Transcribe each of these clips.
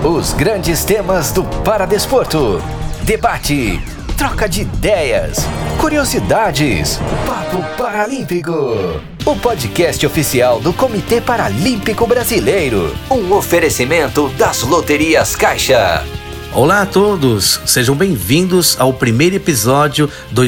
Os grandes temas do paradesporto. Debate, troca de ideias, curiosidades. Papo Paralímpico. O podcast oficial do Comitê Paralímpico Brasileiro. Um oferecimento das Loterias Caixa. Olá a todos, sejam bem-vindos ao primeiro episódio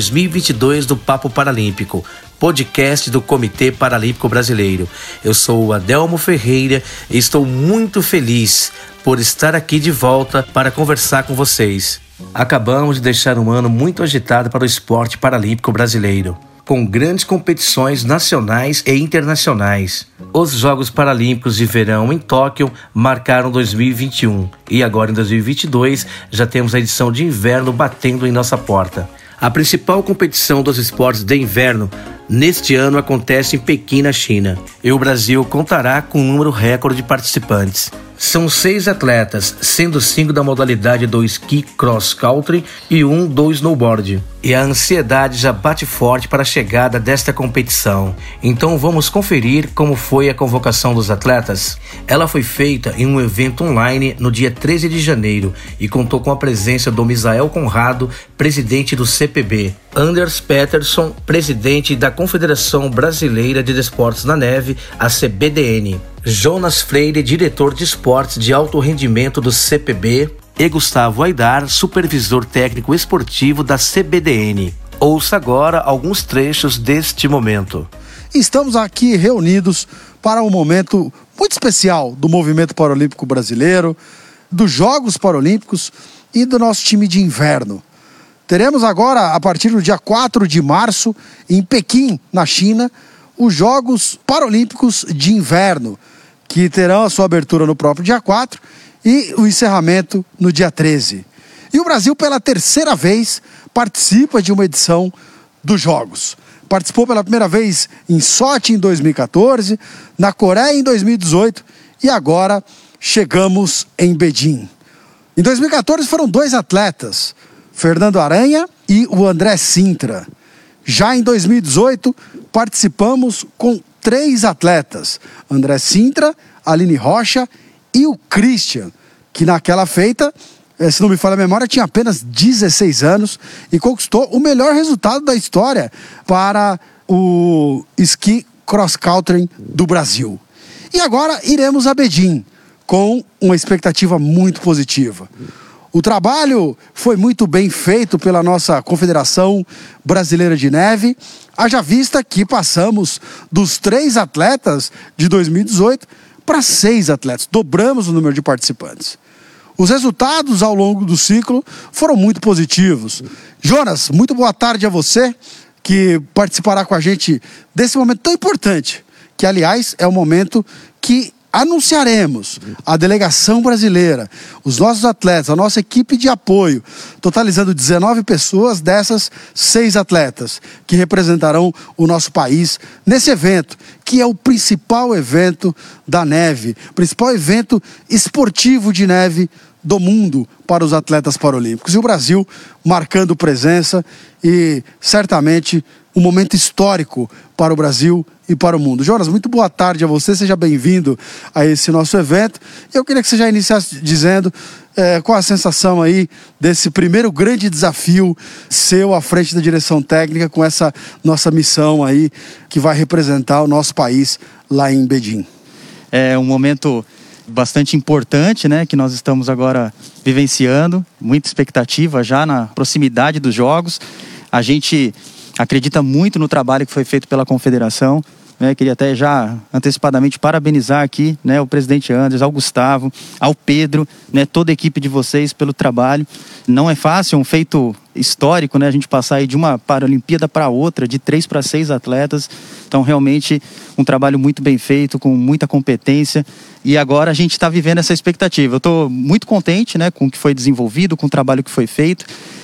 2022 do Papo Paralímpico, podcast do Comitê Paralímpico Brasileiro. Eu sou o Adelmo Ferreira e estou muito feliz por estar aqui de volta para conversar com vocês. Acabamos de deixar um ano muito agitado para o esporte paralímpico brasileiro, com grandes competições nacionais e internacionais. Os Jogos Paralímpicos de Verão em Tóquio marcaram 2021 e agora em 2022 já temos a edição de inverno batendo em nossa porta. A principal competição dos esportes de inverno neste ano acontece em Pequim, na China, e o Brasil contará com um número recorde de participantes. São 6 atletas, sendo 5 da modalidade do esqui cross-country e 1 do snowboard. E a ansiedade já bate forte para a chegada desta competição. Então vamos conferir como foi a convocação dos atletas. Ela foi feita em um evento online no dia 13 de janeiro e contou com a presença do Misael Conrado, presidente do CPB, Anders Peterson, presidente da Confederação Brasileira de Desportos na Neve, a CBDN, Jonas Freire, diretor de esportes de alto rendimento do CPB, e Gustavo Aidar, supervisor técnico esportivo da CBDN. Ouça agora alguns trechos deste momento. Estamos aqui reunidos para um momento muito especial do movimento paralímpico brasileiro, dos Jogos Paralímpicos e do nosso time de inverno. Teremos agora, a partir do dia 4 de março, em Pequim, na China, os Jogos Paralímpicos de Inverno, que terão a sua abertura no próprio dia 4 e o encerramento no dia 13. E o Brasil, pela terceira vez, participa de uma edição dos Jogos. Participou pela primeira vez em Sochi em 2014, na Coreia em 2018 e agora chegamos em Beijing. Em 2014 foram 2 atletas, Fernando Aranha e o André Sintra. Já em 2018 participamos com 3 atletas, André Sintra, Aline Rocha e o Christian, que naquela feita, se não me falha a memória, tinha apenas 16 anos e conquistou o melhor resultado da história para o esqui cross-country do Brasil. E agora iremos a Beijing com uma expectativa muito positiva. O trabalho foi muito bem feito pela nossa Confederação Brasileira de Neve, haja vista que passamos dos 3 atletas de 2018 para 6 atletas, dobramos o número de participantes. Os resultados ao longo do ciclo foram muito positivos. Jonas, muito boa tarde a você, que participará com a gente desse momento tão importante, que aliás é o momento que anunciaremos a delegação brasileira, os nossos atletas, a nossa equipe de apoio, totalizando 19 pessoas dessas 6 atletas, que representarão o nosso país nesse evento, que é o principal evento da neve, principal evento esportivo de neve do mundo para os atletas paralímpicos. E o Brasil marcando presença e certamente um momento histórico para o Brasil e para o mundo. Jonas, muito boa tarde a você, seja bem-vindo a esse nosso evento. Eu queria que você já iniciasse dizendo qual a sensação aí desse primeiro grande desafio seu à frente da direção técnica com essa nossa missão aí que vai representar o nosso país lá em Beijing. É um momento bastante importante, né, que nós estamos agora vivenciando, muita expectativa já na proximidade dos Jogos. A gente acredita muito no trabalho que foi feito pela Confederação, né? Queria até já antecipadamente parabenizar aqui, né, o presidente Anders, ao Gustavo, ao Pedro, né, toda a equipe de vocês pelo trabalho. Não é fácil, é um feito histórico, né, a gente passar aí de uma Paralimpíada para outra, de 3 para 6 atletas. Então realmente um trabalho muito bem feito, com muita competência. E agora a gente está vivendo essa expectativa. Eu estou muito contente, né, com o que foi desenvolvido, com o trabalho que foi feito.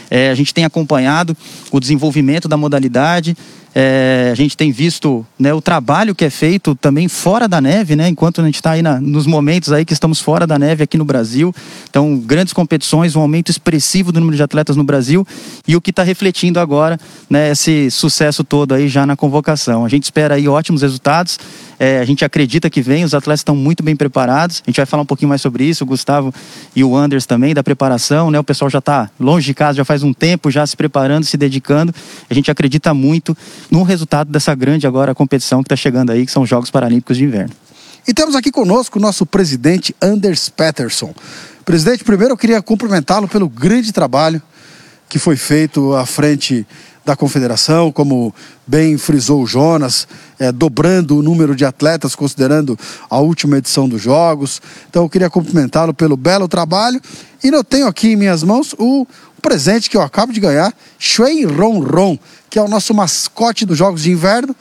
A gente tem acompanhado o desenvolvimento da modalidade. A gente tem visto, né, o trabalho que é feito também fora da neve, né, enquanto a gente está aí nos momentos aí que estamos fora da neve aqui no Brasil. Então, grandes competições, um aumento expressivo do número de atletas no Brasil, e o que está refletindo agora, né, esse sucesso todo aí já na convocação. A gente espera aí ótimos resultados. A gente acredita que vem, os atletas estão muito bem preparados. A gente vai falar um pouquinho mais sobre isso, o Gustavo e o Anders também, da preparação, né? O pessoal já está longe de casa, já faz um tempo, já se preparando, se dedicando. A gente acredita muito no resultado dessa grande agora competição que está chegando aí, que são os Jogos Paralímpicos de Inverno. E temos aqui conosco o nosso presidente Anders Pettersson. Presidente, primeiro eu queria cumprimentá-lo pelo grande trabalho que foi feito à frente da confederação, como bem frisou o Jonas, dobrando o número de atletas, considerando a última edição dos Jogos. Então eu queria cumprimentá-lo pelo belo trabalho. E eu tenho aqui em minhas mãos o presente que eu acabo de ganhar, Shui Ron Ron, que é o nosso mascote dos Jogos de Inverno.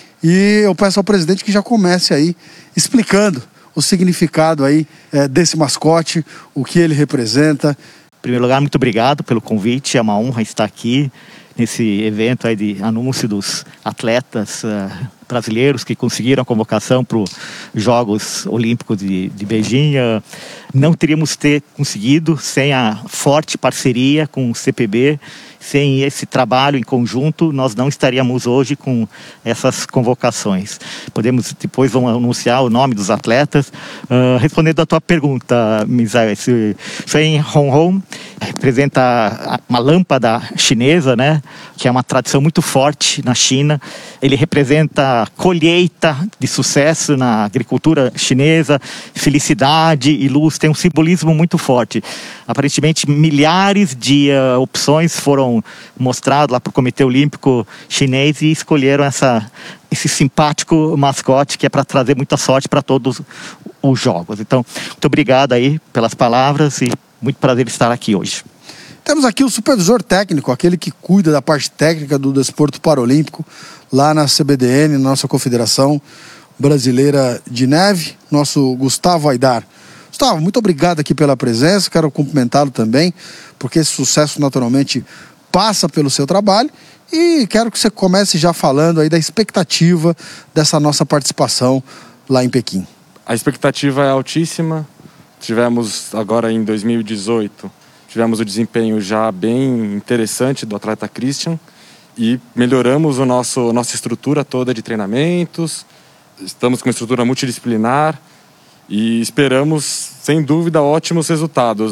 E eu peço ao presidente que já comece aí explicando o significado aí desse mascote, o que ele representa. Em primeiro lugar, muito obrigado pelo convite, é uma honra estar aqui nesse evento aí de anúncio dos atletas brasileiros que conseguiram a convocação para os Jogos Olímpicos de Beijing. Não teríamos conseguido sem a forte parceria com o CPB. Sem esse trabalho em conjunto, nós não estaríamos hoje com essas convocações. Depois vamos anunciar o nome dos atletas. Respondendo à tua pergunta, Misael, esse Shui Ron Ron representa uma lâmpada chinesa, né? Que é uma tradição muito forte na China. Ele representa a colheita de sucesso na agricultura chinesa, felicidade e luz. Tem um simbolismo muito forte. Aparentemente, milhares de opções foram mostradas lá para o Comitê Olímpico Chinês e escolheram esse simpático mascote que é para trazer muita sorte para todos os Jogos. Então, muito obrigado aí pelas palavras e muito prazer estar aqui hoje. Temos aqui o supervisor técnico, aquele que cuida da parte técnica do desporto paralímpico lá na CBDN, na nossa Confederação Brasileira de Neve, nosso Gustavo Aidar. Gustavo, muito obrigado aqui pela presença, quero cumprimentá-lo também, porque esse sucesso naturalmente passa pelo seu trabalho, e quero que você comece já falando aí da expectativa dessa nossa participação lá em Pequim. A expectativa é altíssima. Tivemos agora em 2018, tivemos o desempenho já bem interessante do atleta Christian e melhoramos a nossa estrutura toda de treinamentos. Estamos com uma estrutura multidisciplinar e esperamos, sem dúvida, ótimos resultados.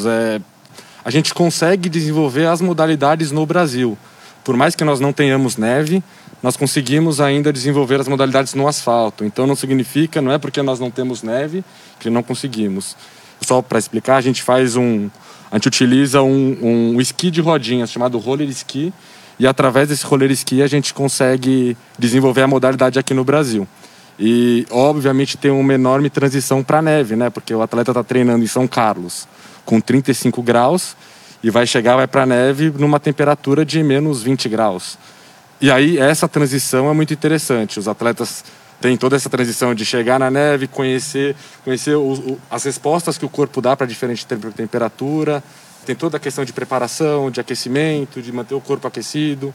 A gente consegue desenvolver as modalidades no Brasil. Por mais que nós não tenhamos neve, nós conseguimos ainda desenvolver as modalidades no asfalto. Então não é porque nós não temos neve que não conseguimos. Só para explicar, a gente utiliza um esqui de rodinhas chamado roller ski, e através desse roller ski a gente consegue desenvolver a modalidade aqui no Brasil. E obviamente tem uma enorme transição para a neve, né? Porque o atleta está treinando em São Carlos com 35 graus e vai para a neve numa temperatura de menos 20 graus. E aí essa transição é muito interessante. Os atletas têm toda essa transição de chegar na neve, conhecer as respostas que o corpo dá para diferente temperatura. Tem toda a questão de preparação, de aquecimento, de manter o corpo aquecido.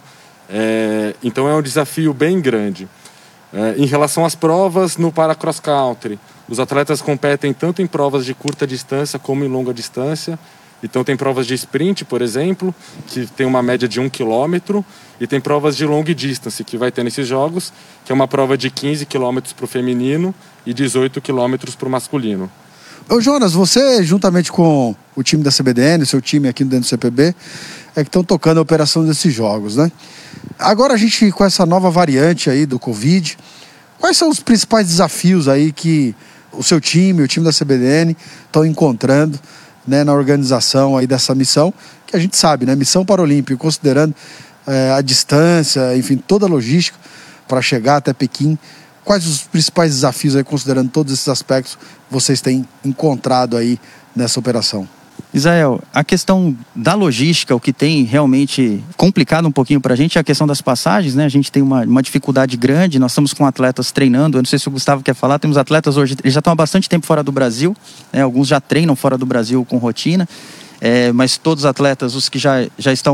Então é um desafio bem grande. Em relação às provas, no para-cross country, os atletas competem tanto em provas de curta distância como em longa distância. Então tem provas de sprint, por exemplo, que tem uma média de 1 km, e tem provas de long distance, que vai ter nesses jogos, que é uma prova de 15 km para o feminino e 18 km para o masculino. Ô Jonas, você juntamente com o time da CBDN, seu time aqui dentro do CPB, que estão tocando a operação desses jogos, né? Agora a gente, com essa nova variante aí do Covid, quais são os principais desafios aí que o seu time, o time da CBDN, estão encontrando, né, na organização aí dessa missão, que a gente sabe, né, missão paralímpica, considerando a distância, enfim, toda a logística para chegar até Pequim. Quais os principais desafios aí, considerando todos esses aspectos, vocês têm encontrado aí nessa operação? Israel, a questão da logística, o que tem realmente complicado um pouquinho para a gente é a questão das passagens, né? A gente tem uma dificuldade grande, nós estamos com atletas treinando, eu não sei se o Gustavo quer falar, temos atletas hoje, eles já estão há bastante tempo fora do Brasil, né? Alguns já treinam fora do Brasil com rotina, mas todos os atletas, os que já estão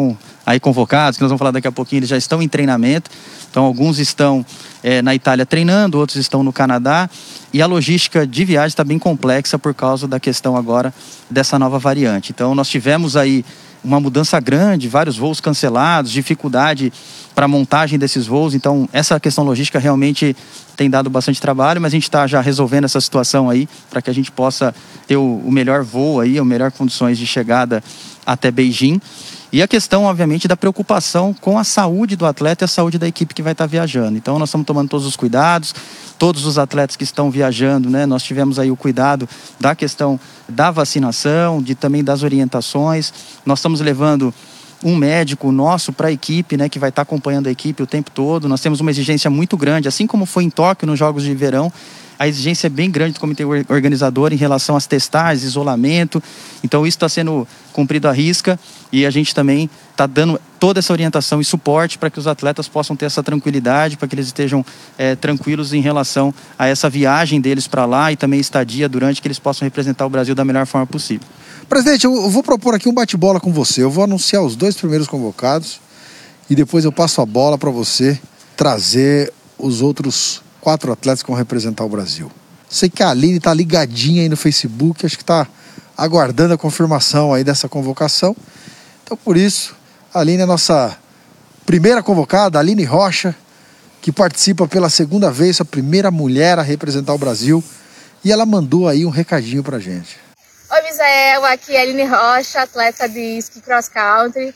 aí convocados, que nós vamos falar daqui a pouquinho, eles já estão em treinamento. Então alguns estão na Itália treinando, outros estão no Canadá. E a logística de viagem está bem complexa por causa da questão agora dessa nova variante. Então nós tivemos aí uma mudança grande, vários voos cancelados, dificuldade para a montagem desses voos. Então essa questão logística realmente tem dado bastante trabalho, mas a gente está já resolvendo essa situação aí para que a gente possa ter o melhor voo aí, as melhores condições de chegada até Beijing. E a questão, obviamente, da preocupação com a saúde do atleta e a saúde da equipe que vai estar viajando. Então, nós estamos tomando todos os cuidados, todos os atletas que estão viajando, né? Nós tivemos aí o cuidado da questão da vacinação, também das orientações. Nós estamos levando um médico nosso para a equipe, né? Que vai estar acompanhando a equipe o tempo todo. Nós temos uma exigência muito grande, assim como foi em Tóquio, nos Jogos de Verão. A exigência é bem grande do comitê organizador em relação às testagens, isolamento. Então isso está sendo cumprido à risca e a gente também está dando toda essa orientação e suporte para que os atletas possam ter essa tranquilidade, para que eles estejam tranquilos em relação a essa viagem deles para lá e também estadia durante, que eles possam representar o Brasil da melhor forma possível. Presidente, eu vou propor aqui um bate-bola com você. Eu vou anunciar os 2 primeiros convocados e depois eu passo a bola para você trazer os outros 4 atletas que vão representar o Brasil. Sei que a Aline está ligadinha aí no Facebook, acho que está aguardando a confirmação aí dessa convocação. Então, por isso, a Aline é a nossa primeira convocada, a Aline Rocha, que participa pela 2ª vez, a primeira mulher a representar o Brasil. E ela mandou aí um recadinho pra gente. Oi, Misael, aqui é a Aline Rocha, atleta de ski cross country.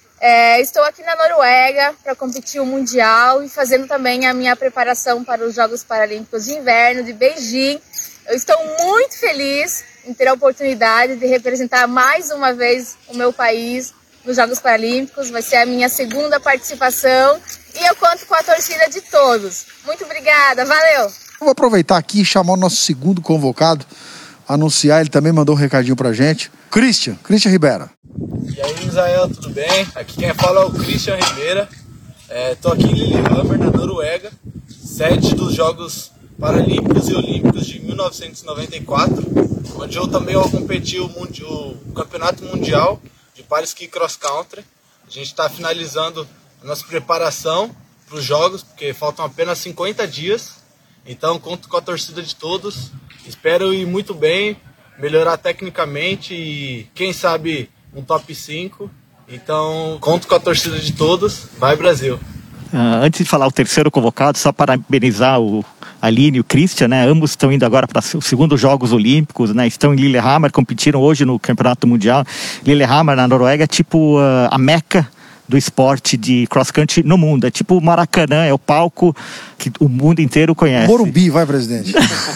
Estou aqui na Noruega para competir o Mundial e fazendo também a minha preparação para os Jogos Paralímpicos de Inverno de Beijing. Eu estou muito feliz em ter a oportunidade de representar mais uma vez o meu país nos Jogos Paralímpicos. Vai ser a minha 2ª participação e eu conto com a torcida de todos. Muito obrigada, valeu! Eu vou aproveitar aqui e chamar o nosso 2º convocado, anunciar, ele também mandou um recadinho pra gente. Christian Ribeira. E aí, Misael, tudo bem? Aqui quem fala é o Christian Ribeira. Estou aqui em Lillehammer, na Noruega, sede dos Jogos Paralímpicos e Olímpicos de 1994, onde eu também competi o Campeonato Mundial de Para-Ski Cross Country. A gente está finalizando a nossa preparação para os Jogos, porque faltam apenas 50 dias. Então, conto com a torcida de todos. Espero ir muito bem, melhorar tecnicamente e, quem sabe, um top 5. Então, conto com a torcida de todos. Vai, Brasil! Antes de falar o terceiro convocado, só parabenizar a Aline e o Christian, né? Ambos estão indo agora para os 2º Jogos Olímpicos, né? Estão em Lillehammer, competiram hoje no Campeonato Mundial. Lillehammer, na Noruega, é tipo a meca do esporte de cross-country no mundo. É tipo o Maracanã, é o palco que o mundo inteiro conhece. Morumbi, vai, presidente.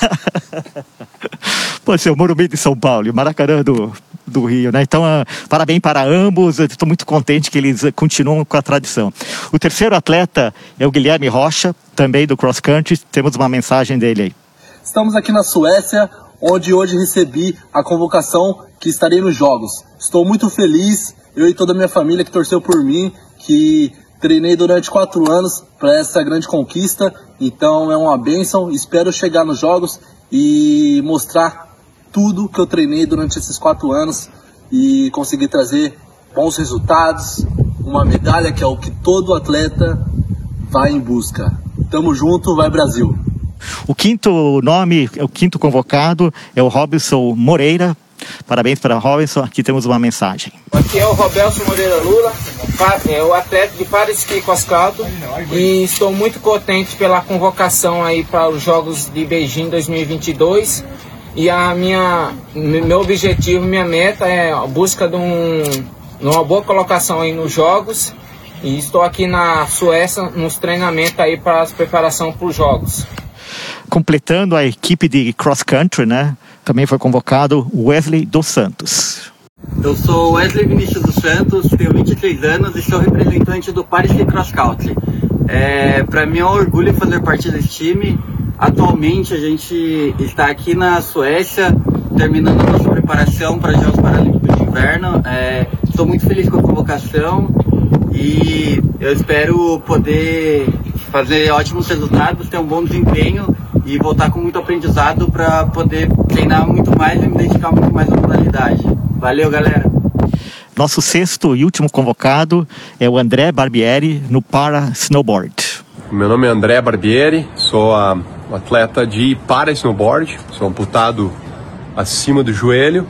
Pode ser o Morumbi de São Paulo e o Maracanã do Rio, né? Então, parabéns para ambos. Eu estou muito contente que eles continuam com a tradição. O terceiro atleta é o Guilherme Rocha, também do cross-country. Temos uma mensagem dele aí. Estamos aqui na Suécia, onde hoje recebi a convocação que estarei nos Jogos. Estou muito feliz, eu e toda a minha família que torceu por mim, que treinei durante 4 anos para essa grande conquista. Então é uma bênção, espero chegar nos Jogos e mostrar tudo que eu treinei durante esses 4 anos e conseguir trazer bons resultados, uma medalha que é o que todo atleta vai em busca. Tamo junto, vai Brasil! O quinto nome, o quinto convocado é o Robinson Moreira. Parabéns para o Robinson, aqui temos uma mensagem. Aqui é o Robinson Moreira Lula, é o atleta de Para-Ski Cross Country e estou muito contente pela convocação aí para os Jogos de Beijing 2022 e meu objetivo, minha meta é a busca de uma boa colocação aí nos Jogos e estou aqui na Suécia nos treinamentos aí para a preparação para os Jogos. Completando a equipe de cross country, né? Também foi convocado Wesley dos Santos. Eu sou Wesley Vinícius dos Santos, tenho 23 anos e sou representante do Para-Ski Cross Country. Para mim é um orgulho fazer parte desse time. Atualmente a gente está aqui na Suécia, terminando a nossa preparação para os Jogos Paralímpicos de Inverno. Estou muito feliz com a convocação e eu espero poder fazer ótimos resultados, ter um bom desempenho e voltar com muito aprendizado para poder treinar muito mais e me dedicar muito mais à modalidade. Valeu, galera! Nosso sexto e último convocado é o André Barbieri no para snowboard. Meu nome é André Barbieri, sou atleta de para snowboard, sou amputado acima do joelho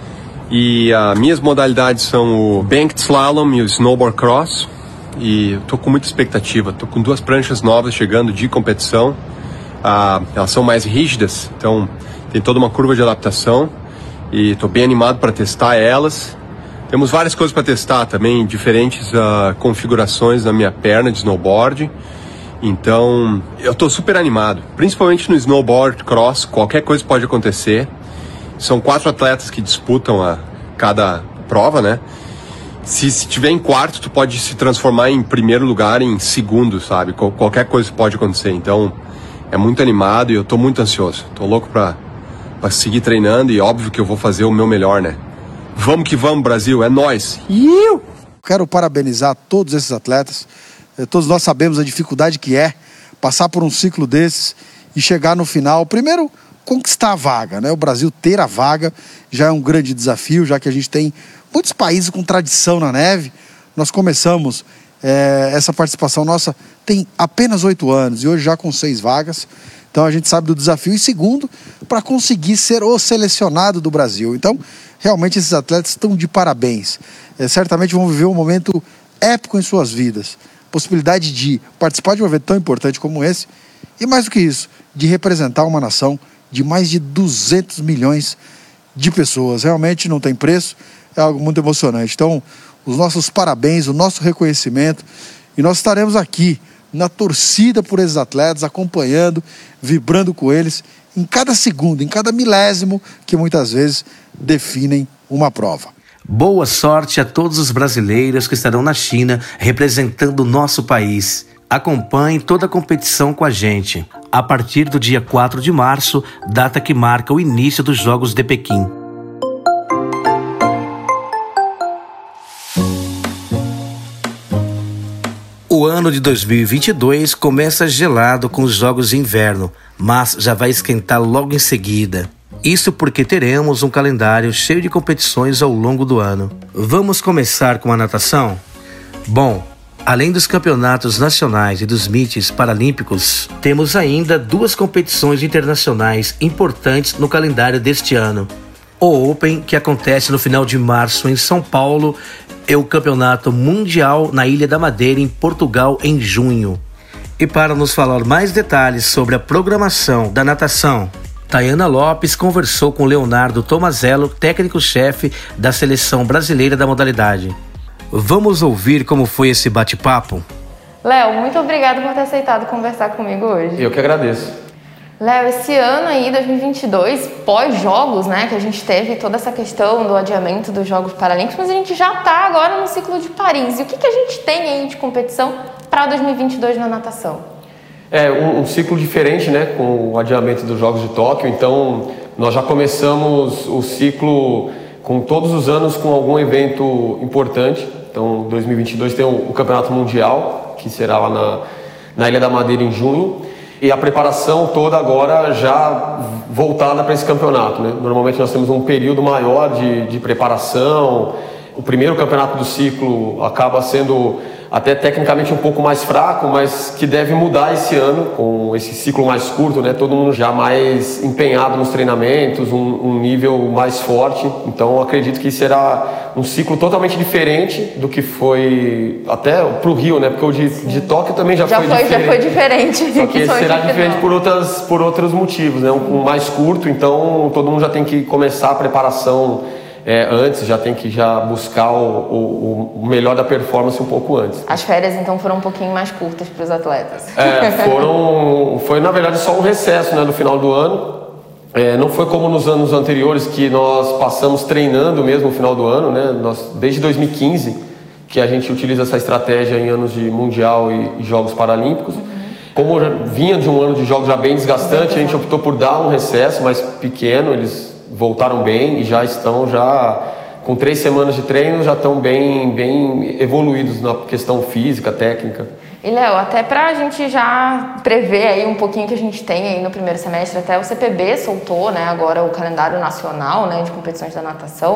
e as minhas modalidades são o banked slalom e o snowboard cross e estou com muita expectativa, estou com 2 pranchas novas chegando de competição, elas são mais rígidas, então tem toda uma curva de adaptação e estou bem animado para testar elas. Temos várias coisas para testar também, diferentes configurações na minha perna de snowboard. Então, eu estou super animado. Principalmente no snowboard cross, qualquer coisa pode acontecer. São 4 atletas que disputam cada prova, né? Se tiver em quarto, tu pode se transformar em primeiro lugar em segundo, sabe? Qualquer coisa pode acontecer. Então, é muito animado e eu estou muito ansioso. Estou louco para seguir treinando e óbvio que eu vou fazer o meu melhor, né? Vamos que vamos, Brasil, é nóis! Quero parabenizar todos esses atletas. Todos nós sabemos a dificuldade que é passar por um ciclo desses e chegar no final. Primeiro, conquistar a vaga, né? O Brasil ter a vaga já é um grande desafio, já que a gente tem muitos países com tradição na neve. Nós começamos essa participação nossa tem apenas 8 anos e hoje já com 6 vagas. Então a gente sabe do desafio. E segundo, para conseguir ser o selecionado do Brasil. Então, realmente esses atletas estão de parabéns. Certamente vão viver um momento épico em suas vidas. Possibilidade de participar de um evento tão importante como esse. E mais do que isso, de representar uma nação de mais de 200 milhões de pessoas. Realmente não tem preço, é algo muito emocionante. Então, os nossos parabéns, o nosso reconhecimento. E nós estaremos aqui na torcida por esses atletas, acompanhando, vibrando com eles em cada segundo, em cada milésimo que muitas vezes definem uma prova. Boa sorte a todos os brasileiros que estarão na China representando o nosso país. Acompanhe toda a competição com a gente, a partir do dia 4 de março, data que marca o início dos Jogos de Pequim. O ano de 2022 começa gelado com os Jogos de Inverno, mas já vai esquentar logo em seguida. Isso porque teremos um calendário cheio de competições ao longo do ano. Vamos começar com a natação? Bom, além dos campeonatos nacionais e dos meets paralímpicos, temos ainda 2 competições internacionais importantes no calendário deste ano. O Open, que acontece no final de março em São Paulo, e o Campeonato Mundial na Ilha da Madeira, em Portugal, em junho. E para nos falar mais detalhes sobre a programação da natação, Tayana Lopes conversou com Leonardo Tomazello, técnico-chefe da Seleção Brasileira da modalidade. Vamos ouvir como foi esse bate-papo? Léo, muito obrigada por ter aceitado conversar comigo hoje. Eu que agradeço. Léo, esse ano aí, 2022, pós-jogos, né, que a gente teve toda essa questão do adiamento dos Jogos Paralímpicos, mas a gente já está agora no ciclo de Paris. E o que a gente tem aí de competição para 2022 na natação? É um ciclo diferente, né, com o adiamento dos Jogos de Tóquio. Então, nós já começamos o ciclo com todos os anos com algum evento importante. Então, 2022 tem o Campeonato Mundial, que será lá na Ilha da Madeira em junho. E a preparação toda agora já voltada para esse campeonato, né? Normalmente nós temos um período maior de preparação. O primeiro campeonato do ciclo acaba sendo até tecnicamente um pouco mais fraco, mas que deve mudar esse ano com esse ciclo mais curto, né? Todo mundo já mais empenhado nos treinamentos, um nível mais forte. Então acredito que será um ciclo totalmente diferente do que foi até para o Rio, né? Porque o de Tóquio também já foi diferente. Já foi diferente. Só que será diferente por outros motivos, né? Um mais curto, então todo mundo já tem que começar a preparação antes, já tem que buscar o melhor da performance um pouco antes. As férias então foram um pouquinho mais curtas para os atletas. Foi na verdade só um recesso, né, no final do ano. Não foi como nos anos anteriores que nós passamos treinando mesmo no final do ano, né? Desde 2015 que a gente utiliza essa estratégia em anos de Mundial e Jogos Paralímpicos. Como vinha de um ano de jogos já bem desgastante, a gente optou por dar um recesso mais pequeno. Eles voltaram bem e já estão com 3 semanas de treino, já estão bem evoluídos na questão física, técnica. E Léo, até para a gente já prever aí um pouquinho que a gente tem aí no primeiro semestre, até o CPB soltou, né, agora o calendário nacional, né, de competições da natação.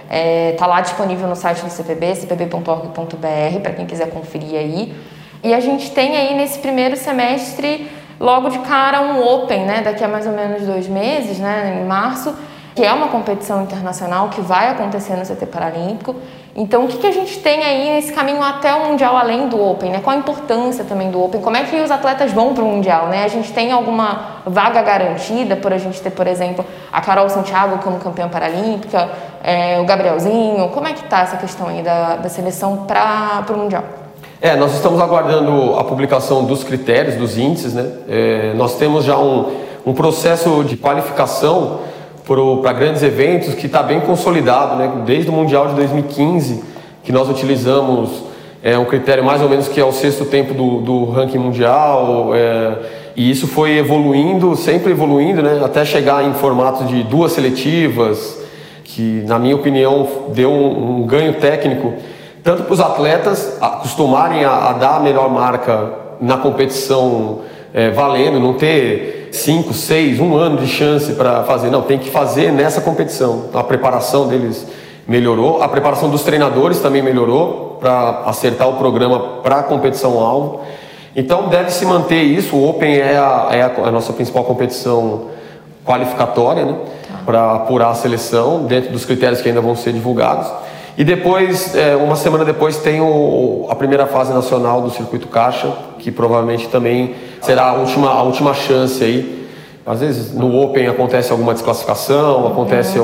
Tá lá disponível no site do CPB, cpb.org.br, para quem quiser conferir aí. E a gente tem aí nesse primeiro semestre, logo de cara, um Open, né? Daqui a mais ou menos 2 meses, né? Em março, que é uma competição internacional que vai acontecer no CT Paralímpico. Então, o que a gente tem aí nesse caminho até o Mundial, além do Open, né? Qual a importância também do Open? Como é que os atletas vão para o Mundial, né? A gente tem alguma vaga garantida por a gente ter, por exemplo, a Carol Santiago como campeã paralímpica, o Gabrielzinho? Como é que está essa questão aí da seleção para o Mundial? Nós estamos aguardando a publicação dos critérios, dos índices, né? Nós temos já um processo de qualificação para grandes eventos que está bem consolidado, né? Desde o Mundial de 2015, que nós utilizamos um critério mais ou menos que é o 6º tempo do ranking mundial, e isso foi evoluindo, sempre evoluindo, né? Até chegar em formato de 2 seletivas, que na minha opinião deu um ganho técnico, tanto para os atletas acostumarem a dar a melhor marca na competição valendo, não ter 5, 6, 1 ano de chance para fazer. Não, tem que fazer nessa competição. A preparação deles melhorou, a preparação dos treinadores também melhorou para acertar o programa para a competição-alvo. Então deve se manter isso. O Open é a nossa principal competição qualificatória, né? Para apurar a seleção dentro dos critérios que ainda vão ser divulgados. E depois, uma semana depois, tem a primeira fase nacional do Circuito Caixa, que provavelmente também será a última chance aí. Às vezes no Open acontece alguma desclassificação, acontece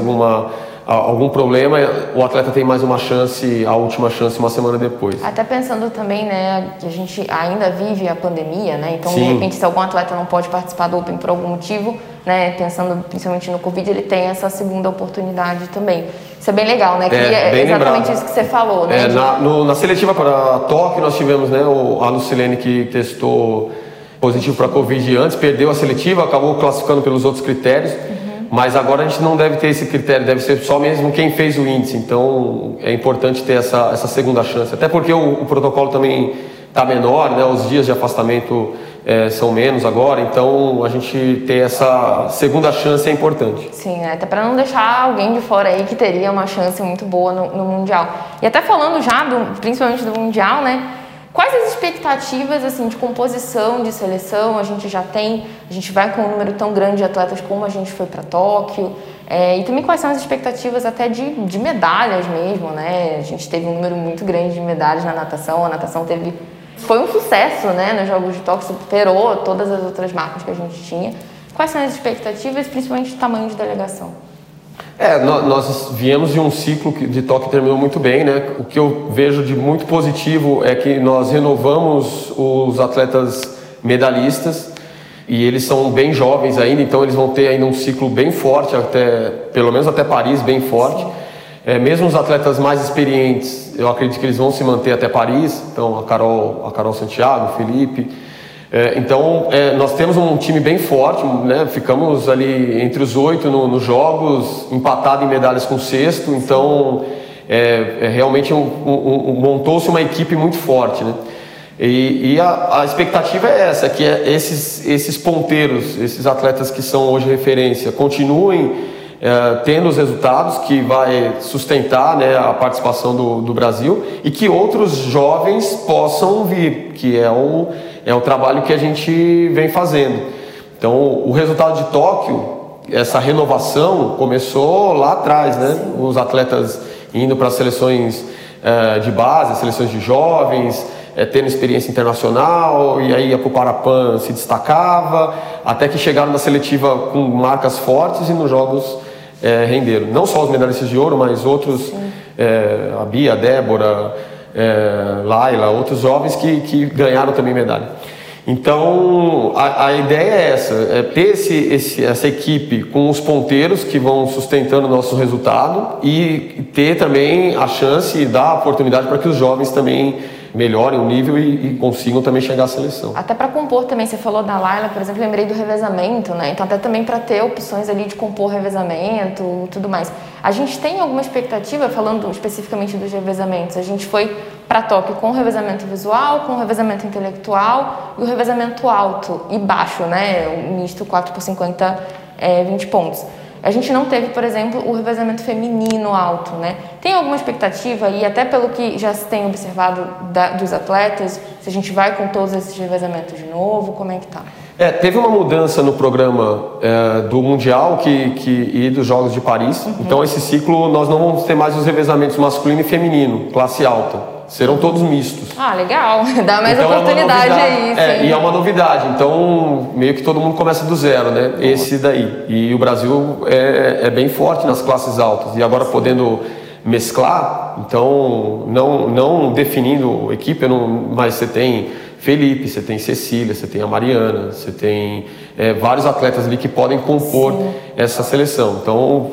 algum problema, o atleta tem mais uma chance, a última chance uma semana depois. Até pensando também, né, que a gente ainda vive a pandemia, né, então Sim. De repente se algum atleta não pode participar do Open por algum motivo, né, pensando principalmente no Covid, ele tem essa segunda oportunidade também. Isso é bem legal, né, que é exatamente lembrado. Isso que você falou, né. Na seletiva para Tóquio nós tivemos, né, a Lucilene que testou positivo para Covid antes, perdeu a seletiva, acabou classificando pelos outros critérios. Mas agora a gente não deve ter esse critério, deve ser só mesmo quem fez o índice. Então é importante ter essa segunda chance. Até porque o protocolo também está menor, né? Os dias de afastamento são menos agora. Então a gente ter essa segunda chance é importante. Sim, até para não deixar alguém de fora aí que teria uma chance muito boa no Mundial. E até falando já, principalmente do Mundial, né? Quais as expectativas assim, de composição de seleção a gente já tem? A gente vai com um número tão grande de atletas como a gente foi para Tóquio. E também quais são as expectativas até de medalhas mesmo, né? A gente teve um número muito grande de medalhas na natação. A natação foi um sucesso, né? Nos Jogos de Tóquio, superou todas as outras marcas que a gente tinha. Quais são as expectativas, principalmente de tamanho de delegação? Nós viemos de um ciclo de Tóquio que terminou muito bem, né? O que eu vejo de muito positivo é que nós renovamos os atletas medalhistas e eles são bem jovens ainda, então eles vão ter ainda um ciclo bem forte, pelo menos até Paris, bem forte. Mesmo os atletas mais experientes, eu acredito que eles vão se manter até Paris, então a Carol Santiago, o Felipe. Então nós temos um time bem forte, né? Ficamos ali entre os 8 nos jogos, empatado em medalhas com o 6º, então realmente montou-se uma equipe muito forte, né? E a expectativa é essa, que esses ponteiros, esses atletas que são hoje referência, continuem tendo os resultados que vai sustentar, né, a participação do Brasil e que outros jovens possam vir, que é o trabalho que a gente vem fazendo. Então, o resultado de Tóquio, essa renovação começou lá atrás, né? Os atletas indo para as seleções de base, seleções de jovens, tendo experiência internacional, e aí a Puparapan se destacava, até que chegaram na seletiva com marcas fortes e nos jogos renderam. Não só os medalhistas de ouro, mas outros, a Bia, a Débora, Laila, outros jovens que ganharam também medalha. Então a ideia é essa, ter essa equipe com os ponteiros que vão sustentando o nosso resultado e ter também a chance e dar a oportunidade para que os jovens também melhorem o nível e consigam também chegar à seleção. Até para compor também, você falou da Laila, por exemplo, lembrei do revezamento, né? Então até também para ter opções ali de compor revezamento e tudo mais. A gente tem alguma expectativa, falando especificamente dos revezamentos, a gente foi para Tóquio com o revezamento visual, com o revezamento intelectual e o revezamento alto e baixo, né? O misto 4x50, 20 pontos. A gente não teve, por exemplo, o revezamento feminino alto, né? Tem alguma expectativa aí, até pelo que já se tem observado dos atletas, se a gente vai com todos esses revezamentos de novo, como é que tá? Teve uma mudança no programa do Mundial e dos Jogos de Paris. Então, esse ciclo, nós não vamos ter mais os revezamentos masculino e feminino, classe alta. Serão todos mistos. Ah, legal. Dá mais oportunidade aí. Sim. E é uma novidade. Então, meio que todo mundo começa do zero, né? Esse daí. E o Brasil é bem forte nas classes altas. E agora podendo mesclar, então, não definindo equipe, mas você tem Felipe, você tem Cecília, você tem a Mariana, você tem vários atletas ali que podem compor essa seleção. Então,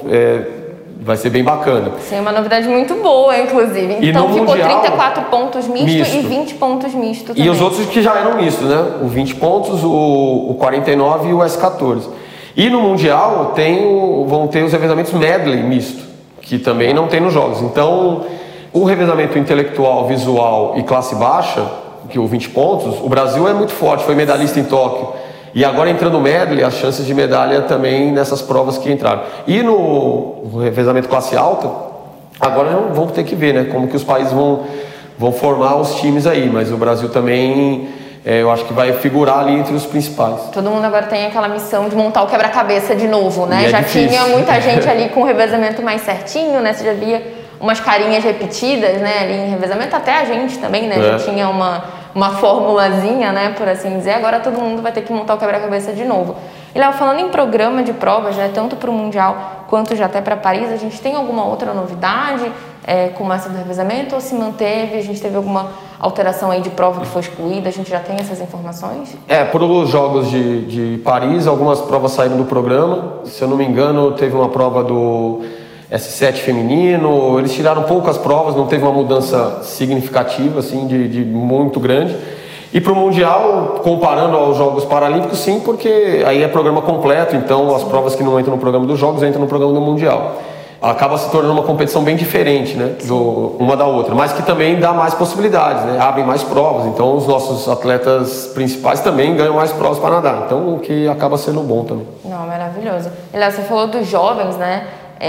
vai ser bem bacana. Sim, uma novidade muito boa, inclusive. Então ficou mundial, 34 pontos misto e 20 pontos misto também. E os outros que já eram mistos, né? O 20 pontos, o 49 e o S14. E no Mundial vão ter os revezamentos medley misto, que também não tem nos jogos. Então, o revezamento intelectual, visual e classe baixa, que o 20 pontos, o Brasil é muito forte, foi medalhista em Tóquio. E agora entrando no medley, as chances de medalha também nessas provas que entraram. E no revezamento classe alta, agora vamos ter que ver, né, como que os países vão formar os times aí. Mas o Brasil também, eu acho que vai figurar ali entre os principais. Todo mundo agora tem aquela missão de montar o quebra-cabeça de novo, né? Já difícil. Tinha muita gente ali com o revezamento mais certinho, né? Você já via umas carinhas repetidas, né, ali em revezamento. Até a gente também, né? Já tinha uma formulazinha, né, por assim dizer. Agora todo mundo vai ter que montar o quebra-cabeça de novo. E Léo, falando em programa de provas, né, tanto para o Mundial quanto já até para Paris, a gente tem alguma outra novidade com essa do revezamento ou se manteve? A gente teve alguma alteração aí de prova que foi excluída? A gente já tem essas informações? Para os Jogos de Paris, algumas provas saíram do programa. Se eu não me engano, teve uma prova do S7 feminino, eles tiraram poucas provas, não teve uma mudança significativa, assim, de muito grande. E para o Mundial, comparando aos Jogos Paralímpicos, sim, porque aí é programa completo, então as provas que não entram no programa dos Jogos entram no programa do Mundial. Acaba se tornando uma competição bem diferente, né, uma da outra, mas que também dá mais possibilidades, né, abrem mais provas, então os nossos atletas principais também ganham mais provas para nadar, então o que acaba sendo bom também. Não, maravilhoso. Léo, você falou dos jovens, né?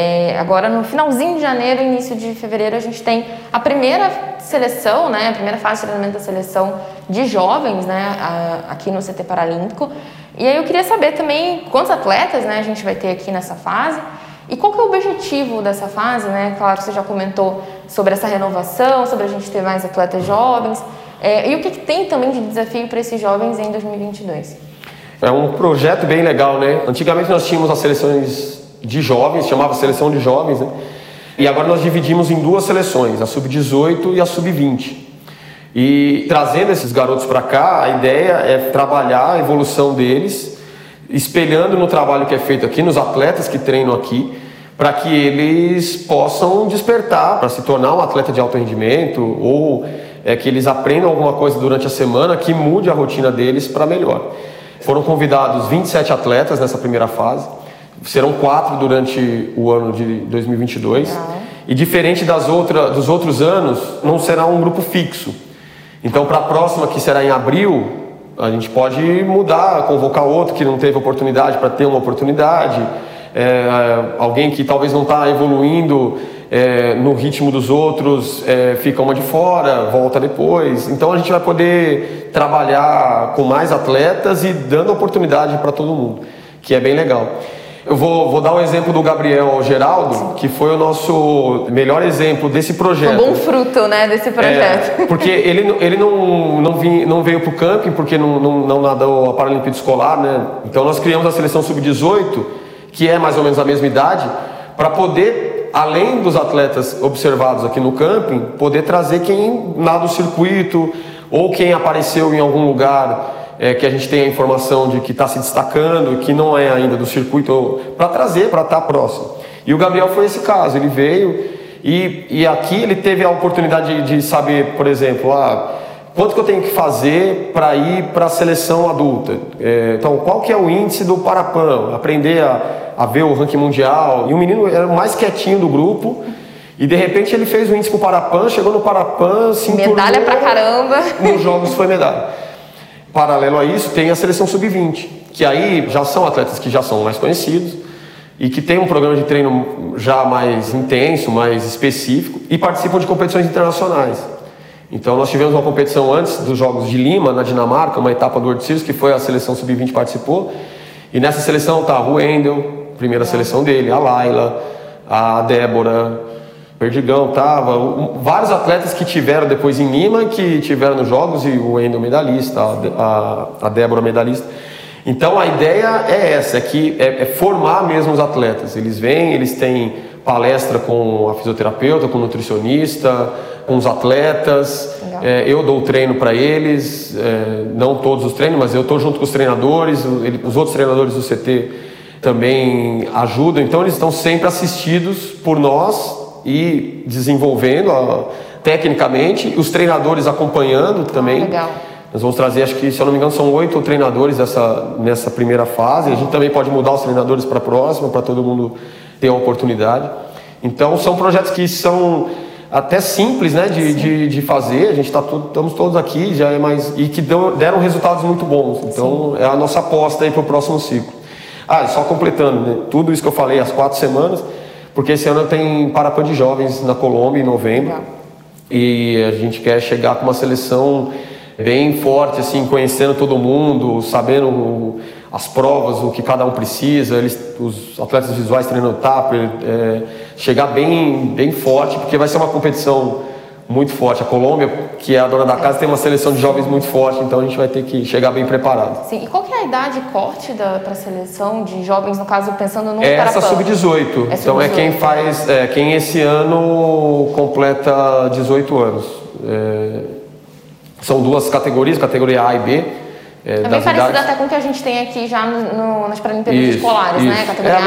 Agora no finalzinho de janeiro, início de fevereiro, a gente tem a primeira seleção, né, a primeira fase de treinamento da seleção de jovens, né, aqui no CT Paralímpico. E aí eu queria saber também quantos atletas, né, a gente vai ter aqui nessa fase e qual que é o objetivo dessa fase, né? Claro, você já comentou sobre essa renovação, sobre a gente ter mais atletas jovens. E o que tem também de desafio para esses jovens em 2022? É um projeto bem legal, né? Antigamente nós tínhamos as seleções de jovens, chamava Seleção de Jovens, né? E agora nós dividimos em duas seleções, a Sub-18 e a Sub-20. E trazendo esses garotos para cá, a ideia é trabalhar a evolução deles, espelhando no trabalho que é feito aqui, nos atletas que treinam aqui, para que eles possam despertar para se tornar um atleta de alto rendimento ou que eles aprendam alguma coisa durante a semana que mude a rotina deles para melhor. Foram convidados 27 atletas nessa primeira fase. Serão 4 durante o ano de 2022. E diferente dos outros anos, não será um grupo fixo. Então, para a próxima, que será em abril, a gente pode mudar, convocar outro que não teve oportunidade para ter uma oportunidade. Alguém que talvez não está evoluindo no ritmo dos outros, fica uma de fora, volta depois. Então, a gente vai poder trabalhar com mais atletas e dando oportunidade para todo mundo, que é bem legal. Eu vou dar um exemplo do Gabriel Geraldo, que foi o nosso melhor exemplo desse projeto. Um bom fruto, né, desse projeto. Porque ele não veio para o camping, porque não nadou a Paralimpíada Escolar, né? Então nós criamos a seleção Sub-18, que é mais ou menos a mesma idade, para poder, além dos atletas observados aqui no camping, poder trazer quem nada o circuito, ou quem apareceu em algum lugar que a gente tem a informação de que está se destacando e que não é ainda do circuito, para trazer, para estar próximo. E o Gabriel foi esse caso, ele veio e aqui ele teve a oportunidade de saber, por exemplo, quanto que eu tenho que fazer para ir para a seleção adulta. Então, qual que é o índice do Parapan, aprender a ver o ranking mundial. E o menino era o mais quietinho do grupo. E de repente ele fez o índice para o Parapan, chegou no Parapan, se medalha pra caramba. Nos jogos foi medalha. Paralelo a isso, tem a seleção Sub-20, que aí já são atletas que já são mais conhecidos, e que tem um programa de treino já mais intenso, mais específico, e participam de competições internacionais. Então nós tivemos uma competição antes dos Jogos de Lima, na Dinamarca, uma etapa do World Series, que foi a seleção sub-20 participou, e nessa seleção estava o Wendel, primeira seleção dele, a Laila, a Débora, o Perdigão estava, vários atletas que tiveram depois em Lima, que tiveram nos Jogos, e o Wendel medalhista, a Débora medalhista. Então a ideia é essa, é formar mesmo os atletas. Eles vêm, eles têm palestra com a fisioterapeuta, com o nutricionista, com os atletas. Eu dou o treino para eles, não todos os treinos, mas eu estou junto com os treinadores, os outros treinadores do CT também ajudam. Então eles estão sempre assistidos por nós e desenvolvendo tecnicamente, os treinadores acompanhando também. Legal. Nós vamos trazer, acho que, se eu não me engano, são 8 treinadores nessa primeira fase. A gente também pode mudar os treinadores para a próxima, para todo mundo ter a oportunidade. Então, são projetos que são até simples, né, de fazer. A gente estamos todos aqui, já é mais, e que deram resultados muito bons. Então, é a nossa aposta aí para o próximo ciclo. Só completando, né, tudo isso que eu falei, as 4 semanas, porque esse ano tem Parapan de Jovens na Colômbia, em novembro. E a gente quer chegar com uma seleção bem forte, assim, conhecendo todo mundo, sabendo as provas, o que cada um precisa, os atletas visuais treinando tupper, chegar bem forte, porque vai ser uma competição muito forte. A Colômbia, que é a dona da casa, tem uma seleção de jovens muito forte, então a gente vai ter que chegar bem preparado. Sim, e qual que é a idade corte para a seleção de jovens, no caso, pensando no Essa sub-18, então é quem faz, quem esse ano completa 18 anos. São 2 categorias, categoria A e B. É bem parecido até com o que a gente tem aqui já nas Paralimpíadas Escolares, né? Categoria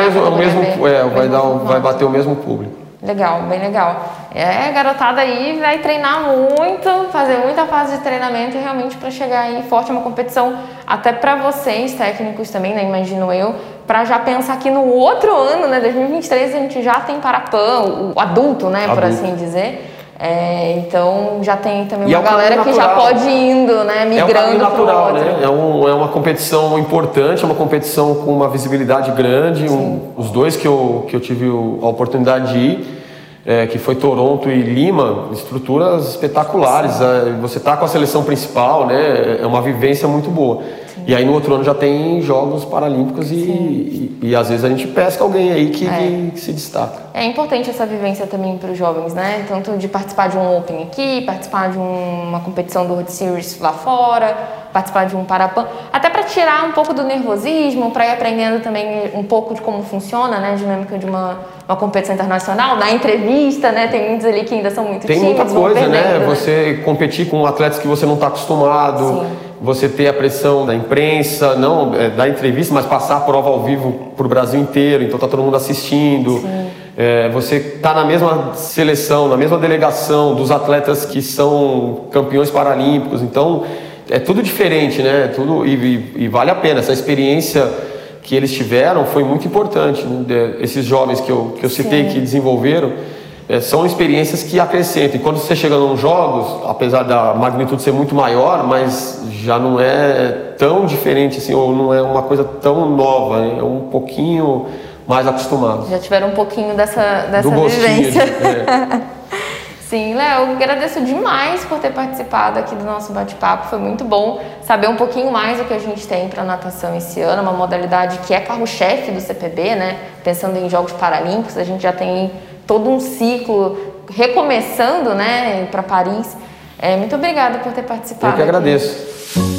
vai bater o mesmo público. Legal, bem legal. A garotada aí vai treinar muito, fazer muita fase de treinamento e realmente para chegar aí forte, uma competição até para vocês, técnicos também, né? Imagino eu, para já pensar que no outro ano, né? 2023, a gente já tem Parapan, o adulto, né? Por assim dizer. Então já tem também uma galera que já pode ir indo, né, migrando para o natural, né? É uma competição importante, é uma competição com uma visibilidade grande. Os 2 que eu tive a oportunidade de ir, que foi Toronto e Lima, estruturas espetaculares. Você está com a seleção principal, né? É uma vivência muito boa. E aí no outro ano já tem Jogos Paralímpicos e às vezes a gente pesca alguém aí que se destaca. É importante essa vivência também para os jovens, né? Tanto de participar de um Open aqui, participar de uma competição do World Series lá fora, participar de um Parapan, até para tirar um pouco do nervosismo, para ir aprendendo também um pouco de como funciona, né, a dinâmica de uma competição internacional, na entrevista, né, tem muitos ali que ainda são muito tímidos. Tem muita coisa, né? Você competir com atletas que você não está acostumado, você ter a pressão da imprensa, não da entrevista, mas passar a prova ao vivo para o Brasil inteiro, então está todo mundo assistindo. Você está na mesma seleção, na mesma delegação dos atletas que são campeões paralímpicos, então é tudo diferente, né? E vale a pena. Essa experiência que eles tiveram foi muito importante, né? Esses jovens que eu citei que desenvolveram, são experiências que acrescentam. E quando você chega nos jogos, apesar da magnitude ser muito maior, mas já não é tão diferente assim, ou não é uma coisa tão nova, né? É um pouquinho mais acostumado. Já tiveram um pouquinho dessa vivência. Sim, Léo, eu agradeço demais por ter participado aqui do nosso bate-papo, foi muito bom saber um pouquinho mais do que a gente tem para natação esse ano, uma modalidade que é carro-chefe do CPB, né? Pensando em Jogos Paralímpicos, a gente já tem todo um ciclo recomeçando, né, para Paris. Muito obrigada por ter participado. Eu que agradeço.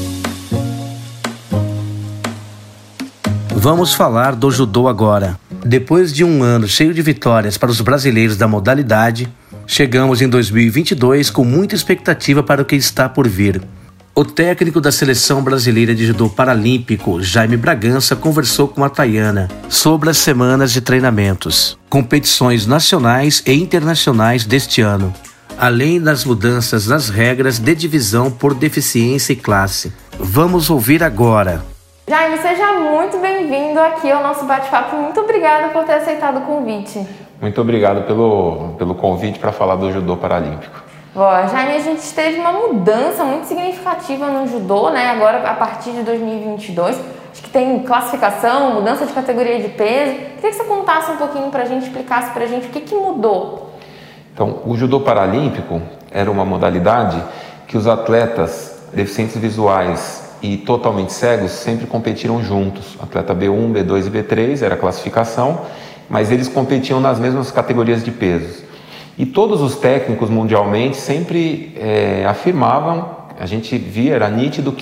Vamos falar do judô agora. Depois de um ano cheio de vitórias para os brasileiros da modalidade, chegamos em 2022 com muita expectativa para o que está por vir. O técnico da Seleção Brasileira de Judô Paralímpico, Jaime Bragança, conversou com a Tayana sobre as semanas de treinamentos, competições nacionais e internacionais deste ano, além das mudanças nas regras de divisão por deficiência e classe. Vamos ouvir agora. Jaime, seja muito bem-vindo aqui ao nosso bate-papo. Muito obrigada por ter aceitado o convite. Muito obrigado pelo convite para falar do judô paralímpico. Jaime, a gente teve uma mudança muito significativa no judô, né? Agora, a partir de 2022, Acho que tem classificação, mudança de categoria de peso. Queria que você contasse um pouquinho pra gente, explicasse pra gente o que mudou. Então, o judô paralímpico era uma modalidade que os atletas deficientes visuais e totalmente cegos sempre competiram juntos. Atleta B1, B2 e B3 era a classificação, mas eles competiam nas mesmas categorias de pesos. E todos os técnicos mundialmente sempre afirmavam, a gente via, era nítido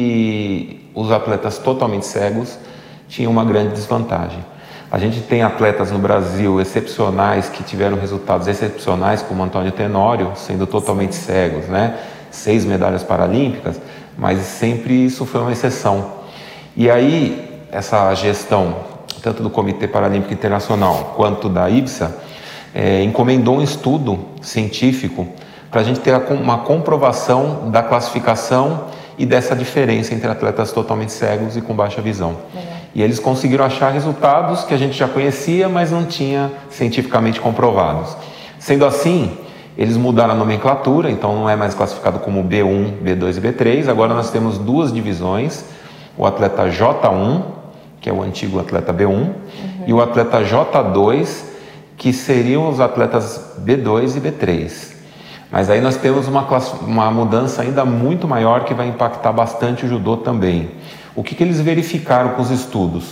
que os atletas totalmente cegos tinham uma grande desvantagem. A gente tem atletas no Brasil excepcionais que tiveram resultados excepcionais, como Antônio Tenório, sendo totalmente cegos, né? 6 medalhas paralímpicas, mas sempre isso foi uma exceção. E aí, essa gestão, tanto do Comitê Paralímpico Internacional quanto da IBSA, encomendou um estudo científico para a gente ter uma comprovação da classificação e dessa diferença entre atletas totalmente cegos e com baixa visão. E eles conseguiram achar resultados que a gente já conhecia, mas não tinha cientificamente comprovados. Sendo assim, eles mudaram a nomenclatura, então não é mais classificado como B1, B2 e B3. Agora nós temos 2 divisões, o atleta J1, que é o antigo atleta B1, e o atleta J2, que seriam os atletas B2 e B3. Mas aí nós temos uma mudança ainda muito maior que vai impactar bastante o judô também. O que eles verificaram com os estudos?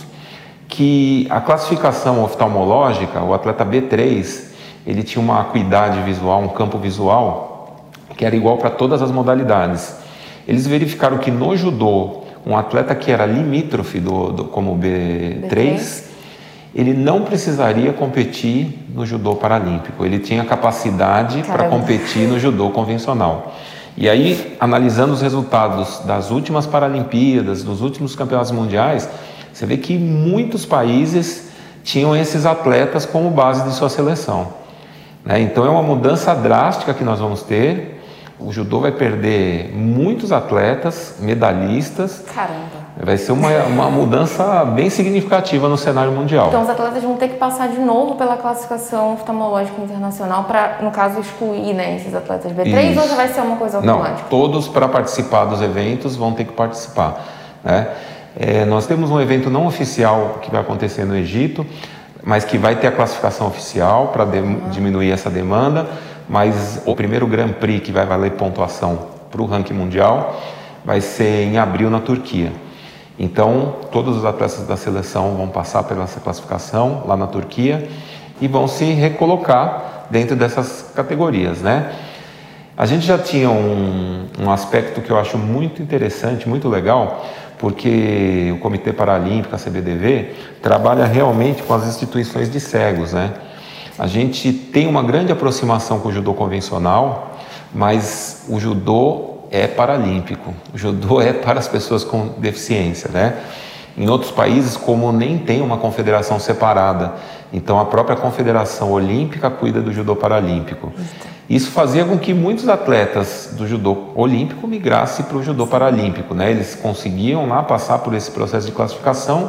Que a classificação oftalmológica, o atleta B3, ele tinha uma acuidade visual, um campo visual, que era igual para todas as modalidades. Eles verificaram que no judô, um atleta que era limítrofe como B3, ele não precisaria competir no judô paralímpico. Ele tinha capacidade para competir no judô convencional. E aí, analisando os resultados das últimas Paralimpíadas, dos últimos campeonatos mundiais, você vê que muitos países tinham esses atletas como base de sua seleção. Então é uma mudança drástica que nós vamos ter. O judô vai perder muitos atletas, medalhistas. Caramba! Vai ser uma mudança bem significativa no cenário mundial. Então os atletas vão ter que passar de novo pela classificação oftalmológica internacional para, no caso, excluir, né, esses atletas B3. Isso. Ou já vai ser uma coisa automática? Não, todos para participar dos eventos vão ter que participar, né? Nós temos um evento não oficial que vai acontecer no Egito, mas que vai ter a classificação oficial para diminuir essa demanda, mas o primeiro Grand Prix que vai valer pontuação para o ranking mundial vai ser em abril na Turquia. Então, todos os atletas da seleção vão passar pela essa classificação lá na Turquia e vão se recolocar dentro dessas categorias, né? A gente já tinha um aspecto que eu acho muito interessante, muito legal, porque o Comitê Paralímpico, a CBDV, trabalha realmente com as instituições de cegos, né? A gente tem uma grande aproximação com o judô convencional, mas o judô é paralímpico, o judô é para as pessoas com deficiência, né? Em outros países, como nem tem uma confederação separada, então a própria Confederação Olímpica cuida do judô paralímpico. Isso fazia com que muitos atletas do judô olímpico migrassem para o judô paralímpico, né? Eles conseguiam lá passar por esse processo de classificação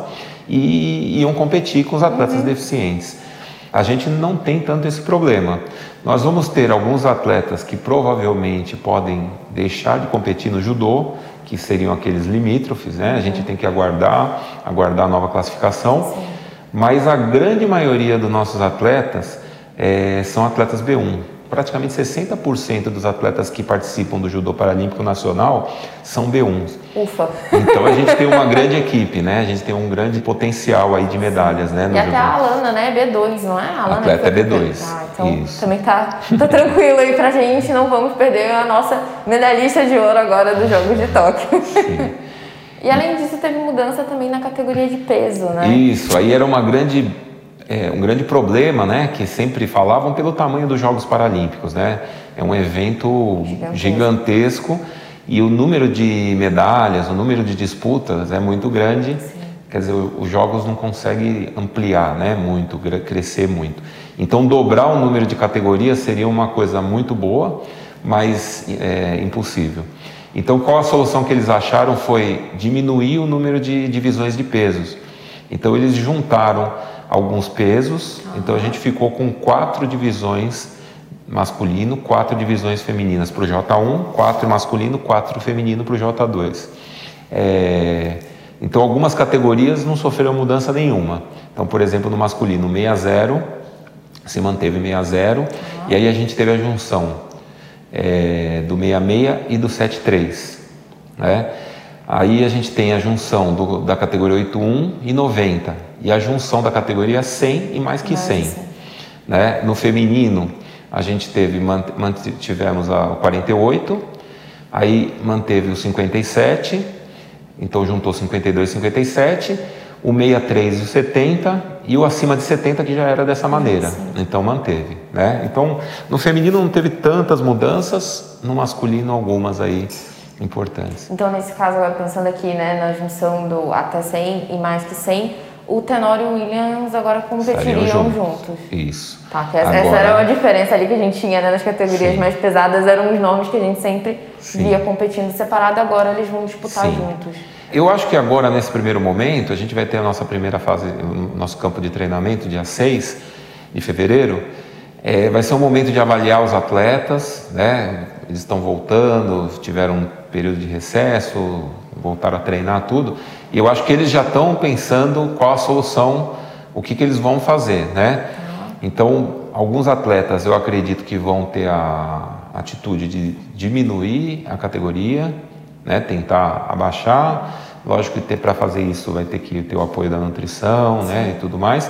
e iam competir com os atletas deficientes. A gente não tem tanto esse problema. Nós vamos ter alguns atletas que provavelmente podem deixar de competir no judô, que seriam aqueles limítrofes, né? A gente tem que aguardar a nova classificação. Sim. Mas a grande maioria dos nossos atletas são atletas B1. Praticamente 60% dos atletas que participam do judô paralímpico nacional são B1s. Ufa! Então a gente tem uma grande equipe, né? A gente tem um grande potencial aí de medalhas, né? E até a Alana, né? B2, não é? A Alana atleta é B2. Então isso. Também tá tranquilo aí pra gente, não vamos perder a nossa medalhista de ouro agora dos Jogos de Tóquio. Sim. E além disso teve mudança também na categoria de peso, né? Isso, aí era um grande problema, né, que sempre falavam pelo tamanho dos Jogos Paralímpicos, né? É um evento gigantesco e o número de medalhas, o número de disputas é muito grande. Sim. Quer dizer, os Jogos não conseguem ampliar, né, muito, crescer muito. Então, dobrar o número de categorias seria uma coisa muito boa, mas impossível. Então, qual a solução que eles acharam foi diminuir o número de divisões de pesos. Então, eles juntaram alguns pesos, então a gente ficou com 4 divisões masculino, 4 divisões femininas para o J1, 4 masculino, 4 feminino para o J2. Então, algumas categorias não sofreram mudança nenhuma. Então, por exemplo, no masculino 6-0, se manteve 6-0, e aí a gente teve a junção do 66 e do 73, né? Aí a gente tem a junção da categoria 81 e 90, e a junção da categoria 100 e mais que 100. Né? No feminino, a gente tivemos a 48, aí manteve o 57, então juntou 52 e 57, o 63 e o 70, e o acima de 70 que já era dessa maneira, então manteve, né? Então, no feminino não teve tantas mudanças, no masculino algumas aí importantes. Então, nesse caso, agora pensando aqui, né, na junção do até 100 e mais que 100, o Tenório e o Williams agora competiriam juntos. Isso. Tá, que essa era uma diferença ali que a gente tinha, né, nas categorias mais pesadas, eram os nomes que a gente sempre via competindo separado, agora eles vão disputar juntos. Eu acho que agora, nesse primeiro momento, a gente vai ter a nossa primeira fase, o nosso campo de treinamento, dia 6 de fevereiro. Vai ser um momento de avaliar os atletas, né? Eles estão voltando, tiveram um período de recesso, voltaram a treinar tudo. E eu acho que eles já estão pensando qual a solução, o que eles vão fazer, né? Então, alguns atletas eu acredito que vão ter a atitude de diminuir a categoria, né, tentar abaixar. Lógico que para fazer isso vai ter que ter o apoio da nutrição, né, e tudo mais.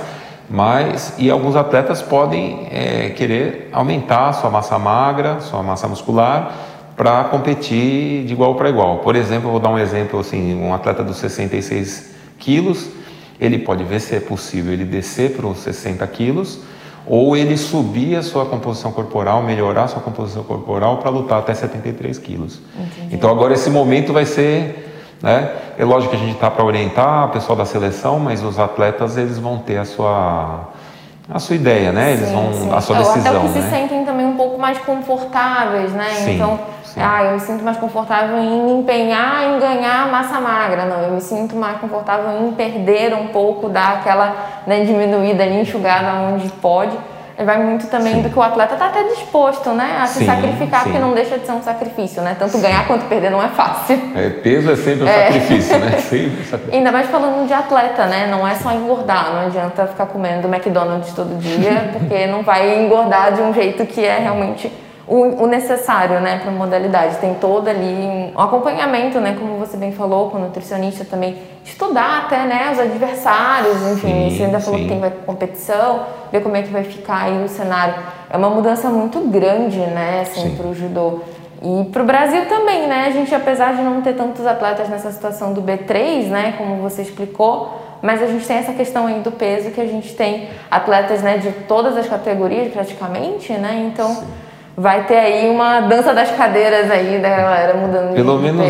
E alguns atletas podem querer aumentar a sua massa magra, sua massa muscular, para competir de igual para igual. Por exemplo, eu vou dar um exemplo assim, um atleta dos 66 quilos, ele pode ver se é possível ele descer para os 60 quilos, ou ele subir a sua composição corporal, melhorar a sua composição corporal para lutar até 73 quilos. Entendi. Então agora esse momento vai ser, né? É lógico que a gente está para orientar o pessoal da seleção, mas os atletas eles vão ter a sua ideia, né? Eles vão a sua decisão, até que se sentem também um pouco mais confortáveis, né? Então, eu me sinto mais confortável em me empenhar em ganhar massa magra, não, eu me sinto mais confortável em perder um pouco, dar aquela, né, diminuída ali, enxugada onde pode. Vai muito também do que o atleta está até disposto, né, a se sacrificar, porque não deixa de ser um sacrifício, né? Tanto ganhar quanto perder não é fácil. Peso é sempre um sacrifício, né? Sempre sacrifício. Ainda mais falando de atleta, né? Não é só engordar, não adianta ficar comendo McDonald's todo dia, porque não vai engordar de um jeito que é realmente o necessário, né, para a modalidade. Tem todo ali um acompanhamento, né, como você bem falou, com o nutricionista também, estudar até, né, os adversários, enfim, você ainda falou que tem competição, ver como é que vai ficar aí o cenário. É uma mudança muito grande, né, assim, para o judô. E para o Brasil também, né, a gente, apesar de não ter tantos atletas nessa situação do B3, né, como você explicou, mas a gente tem essa questão aí do peso, que a gente tem atletas, né, de todas as categorias praticamente, né, então vai ter aí uma dança das cadeiras aí da galera mudando de peso. Pelo menos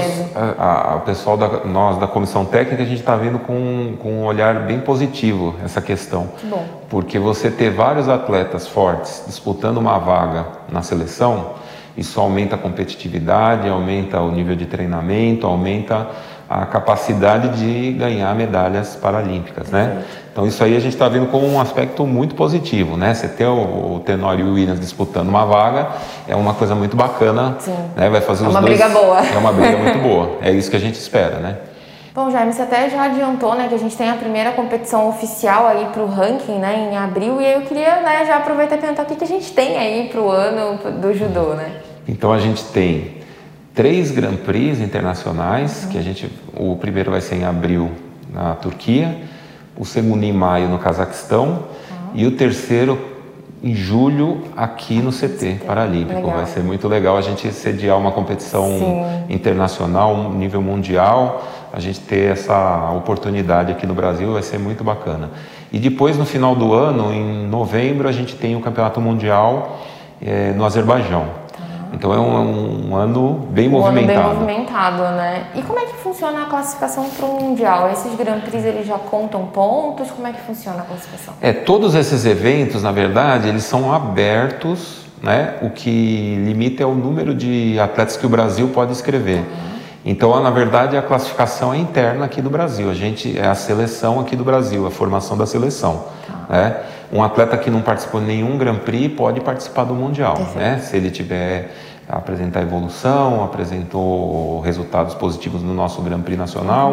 o pessoal nós da comissão técnica, a gente está vendo com um olhar bem positivo essa questão. Que bom. Porque você ter vários atletas fortes disputando uma vaga na seleção, isso aumenta a competitividade, aumenta o nível de treinamento, aumenta a capacidade de ganhar medalhas paralímpicas, né? Então isso aí a gente está vendo como um aspecto muito positivo, né? Você ter o Tenório e o Williams disputando uma vaga é uma coisa muito bacana, né? Vai fazer os dois. É uma briga boa. É uma briga muito boa. É isso que a gente espera, né? Bom, Jaime, você até já adiantou, né, que a gente tem a primeira competição oficial aí para o ranking, né, em abril, e aí eu queria, né, já aproveitar e perguntar o que a gente tem aí para o ano do judô, né? Então a gente tem 3 Grand Prix internacionais, que o primeiro vai ser em abril na Turquia, o segundo em maio no Cazaquistão e o terceiro em julho aqui no CT Paralímpico. Legal. Vai ser muito legal a gente sediar uma competição internacional, um nível mundial, a gente ter essa oportunidade aqui no Brasil, vai ser muito bacana. E depois, no final do ano, em novembro, a gente tem o Campeonato Mundial no Azerbaijão. Então é um ano bem movimentado. Ano bem movimentado, né? E como é que funciona a classificação para o Mundial? Esses Grand Prix, eles já contam pontos? Como é que funciona a classificação? Todos esses eventos, na verdade, eles são abertos, né? O que limita é o número de atletas que o Brasil pode inscrever. Então, na verdade, a classificação é interna aqui do Brasil. É a seleção aqui do Brasil, a formação da seleção, né? Um atleta que não participou de nenhum Grand Prix pode participar do Mundial, né? Se ele tiver apresentar evolução, apresentou resultados positivos no nosso Grand Prix nacional,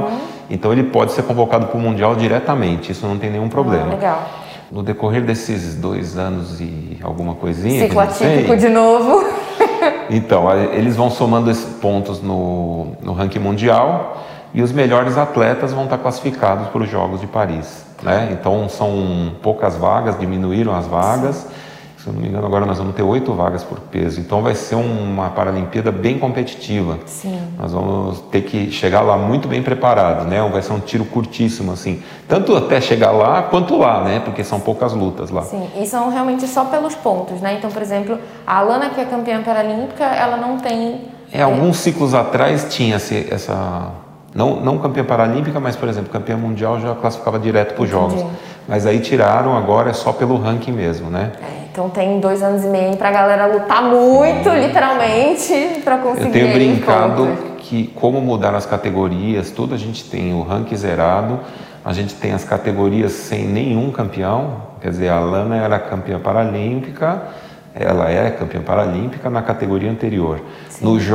Então ele pode ser convocado para o Mundial diretamente, isso não tem nenhum problema. Legal. No decorrer desses 2 anos e alguma coisinha... Ciclo atípico de novo. Então, eles vão somando esses pontos no ranking mundial e os melhores atletas vão estar classificados para os Jogos de Paris, né? Então, são poucas vagas, diminuíram as vagas. Se eu não me engano, agora nós vamos ter 8 vagas por peso. Então vai ser uma Paralimpíada bem competitiva. Sim. Nós vamos ter que chegar lá muito bem preparados, né? Vai ser um tiro curtíssimo, assim. Tanto até chegar lá, quanto lá, né? Porque são poucas lutas lá. Sim, e são realmente só pelos pontos, né? Então, por exemplo, a Alana, que é campeã paralímpica, ela não tem... Alguns ciclos atrás tinha essa... Não campeã paralímpica, mas, por exemplo, campeã mundial já classificava direto para os Jogos. Mas aí tiraram, agora é só pelo ranking mesmo, né? Então tem 2 anos e meio aí pra galera lutar muito, literalmente, para conseguir. Eu tenho brincado que, como mudar as categorias, tudo a gente tem o ranking zerado, a gente tem as categorias sem nenhum campeão. Quer dizer, a Alana era campeã paralímpica, ela é campeã paralímpica na categoria anterior. Sim. No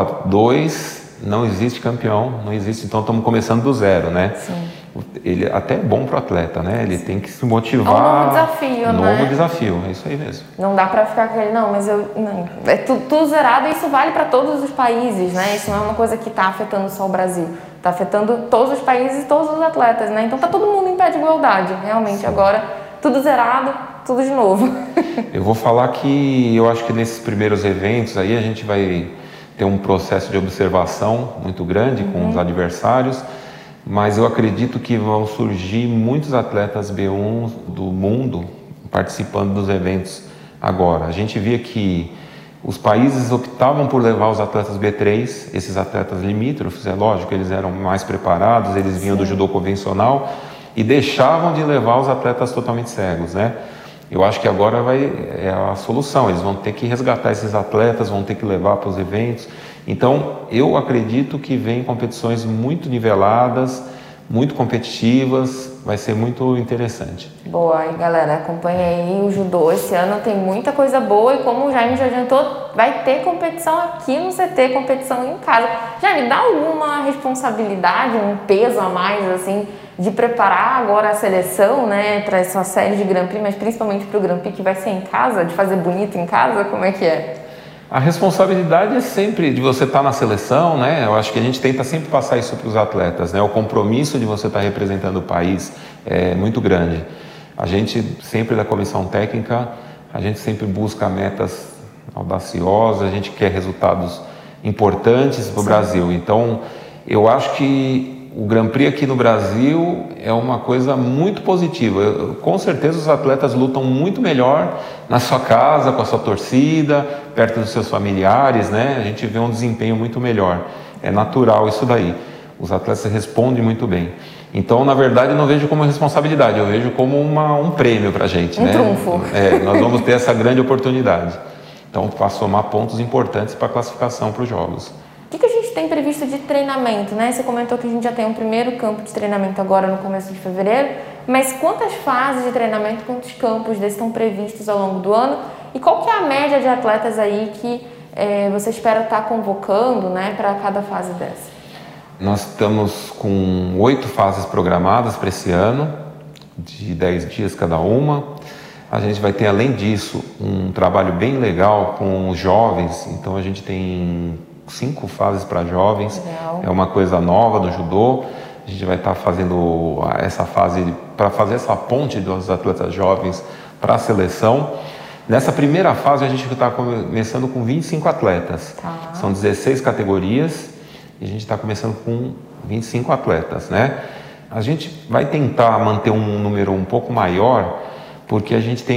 J2 não existe campeão, não existe, então estamos começando do zero, né? Sim. Ele até é bom para o atleta, né? Ele tem que se motivar. É um novo desafio, né? Novo desafio, é isso aí mesmo. Não dá para ficar com ele, não, mas é tudo zerado e isso vale para todos os países, né? Isso não é uma coisa que está afetando só o Brasil, está afetando todos os países e todos os atletas, né? Então tá todo mundo em pé de igualdade, realmente. Sim. Agora tudo zerado, tudo de novo. Eu vou falar que eu acho que nesses primeiros eventos aí a gente vai ter um processo de observação muito grande com os adversários. Mas eu acredito que vão surgir muitos atletas B1 do mundo participando dos eventos agora. A gente via que os países optavam por levar os atletas B3, esses atletas limítrofes, é lógico, eles eram mais preparados, eles vinham do judô convencional e deixavam de levar os atletas totalmente cegos, né? Eu acho que agora é a solução, eles vão ter que resgatar esses atletas, vão ter que levar para os eventos. Então, eu acredito que vem competições muito niveladas, muito competitivas, vai ser muito interessante. Boa, aí galera, acompanha aí o judô. Esse ano tem muita coisa boa e como o Jaime já adiantou, vai ter competição aqui no CT, competição em casa. Jaime, dá alguma responsabilidade, um peso a mais, assim, de preparar agora a seleção, né, para essa série de Grand Prix, mas principalmente para o Grand Prix que vai ser em casa, de fazer bonito em casa, como é que é? A responsabilidade é sempre de você estar na seleção, né? Eu acho que a gente tenta sempre passar isso para os atletas, né? O compromisso de você estar representando o país é muito grande. A gente sempre da comissão técnica, a gente sempre busca metas audaciosas, a gente quer resultados importantes para o Brasil. Então, eu acho que o Grand Prix aqui no Brasil é uma coisa muito positiva. Com certeza os atletas lutam muito melhor na sua casa, com a sua torcida, perto dos seus familiares, né? A gente vê um desempenho muito melhor. É natural isso daí. Os atletas respondem muito bem. Então, na verdade, eu não vejo como responsabilidade, eu vejo como um prêmio para a gente. Um trunfo. Nós vamos ter essa grande oportunidade. Então, para somar pontos importantes para a classificação para os Jogos. O que a gente tem previsto de treinamento, né? Você comentou que a gente já tem um primeiro campo de treinamento agora no começo de fevereiro, mas quantas fases de treinamento, quantos campos desses estão previstos ao longo do ano? E qual que é a média de atletas aí que você espera estar convocando, né, para cada fase dessa? Nós estamos com 8 fases programadas para esse ano, de 10 dias cada uma. A gente vai ter, além disso, um trabalho bem legal com os jovens, então a gente tem 5 fases para jovens. Legal. É uma coisa nova do judô. A gente vai estar fazendo essa fase para fazer essa ponte dos atletas jovens para a seleção. Nessa primeira fase a gente está começando com 25 atletas. Tá. São 16 categorias e a gente está começando com 25 atletas, né? A gente vai tentar manter um número um pouco maior, porque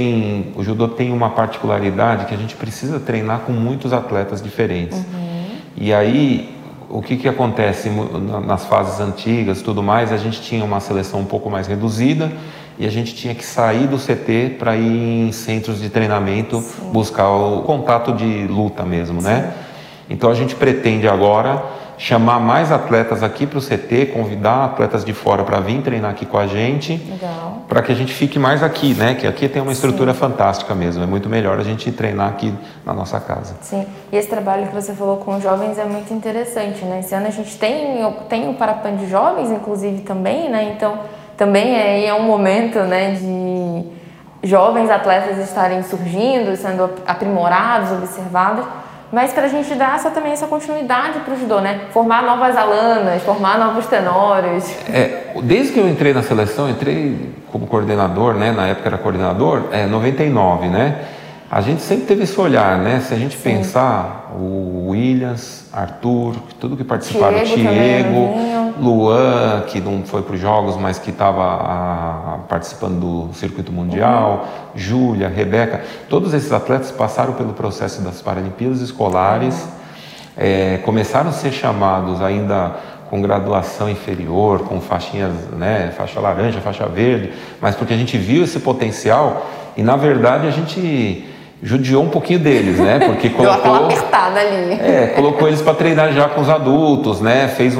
o judô tem uma particularidade que a gente precisa treinar com muitos atletas diferentes. E aí, o que acontece nas fases antigas e tudo mais, a gente tinha uma seleção um pouco mais reduzida e a gente tinha que sair do CT para ir em centros de treinamento, buscar o contato de luta mesmo, né? Então a gente pretende agora chamar mais atletas aqui para o CT, convidar atletas de fora para vir treinar aqui com a gente, para que a gente fique mais aqui, né? Que aqui tem uma estrutura fantástica mesmo, é muito melhor a gente treinar aqui na nossa casa. Sim, e esse trabalho que você falou com os jovens é muito interessante, né? Esse ano a gente tem o Parapan de jovens, inclusive, também, né? Então, também é um momento, né, de jovens atletas estarem surgindo, sendo aprimorados, observados, mas para a gente dar também essa continuidade para o judô, né? Formar novas alanas, formar novos tenórios. Desde que eu entrei na seleção, entrei como coordenador, né? Na época era coordenador, 99, né? A gente sempre teve esse olhar, né? Se a gente pensar, o Williams, Arthur, tudo que participaram, Diego, Luan, que não foi para os Jogos, mas que estava participando do circuito mundial, Júlia, Rebeca, todos esses atletas passaram pelo processo das Paralimpíadas escolares, começaram a ser chamados ainda com graduação inferior, com faixinhas, né? Faixa laranja, faixa verde, mas porque a gente viu esse potencial e, na verdade, a gente judiou um pouquinho deles, né? Porque deu aquela apertada ali. Colocou eles para treinar já com os adultos, né? Fez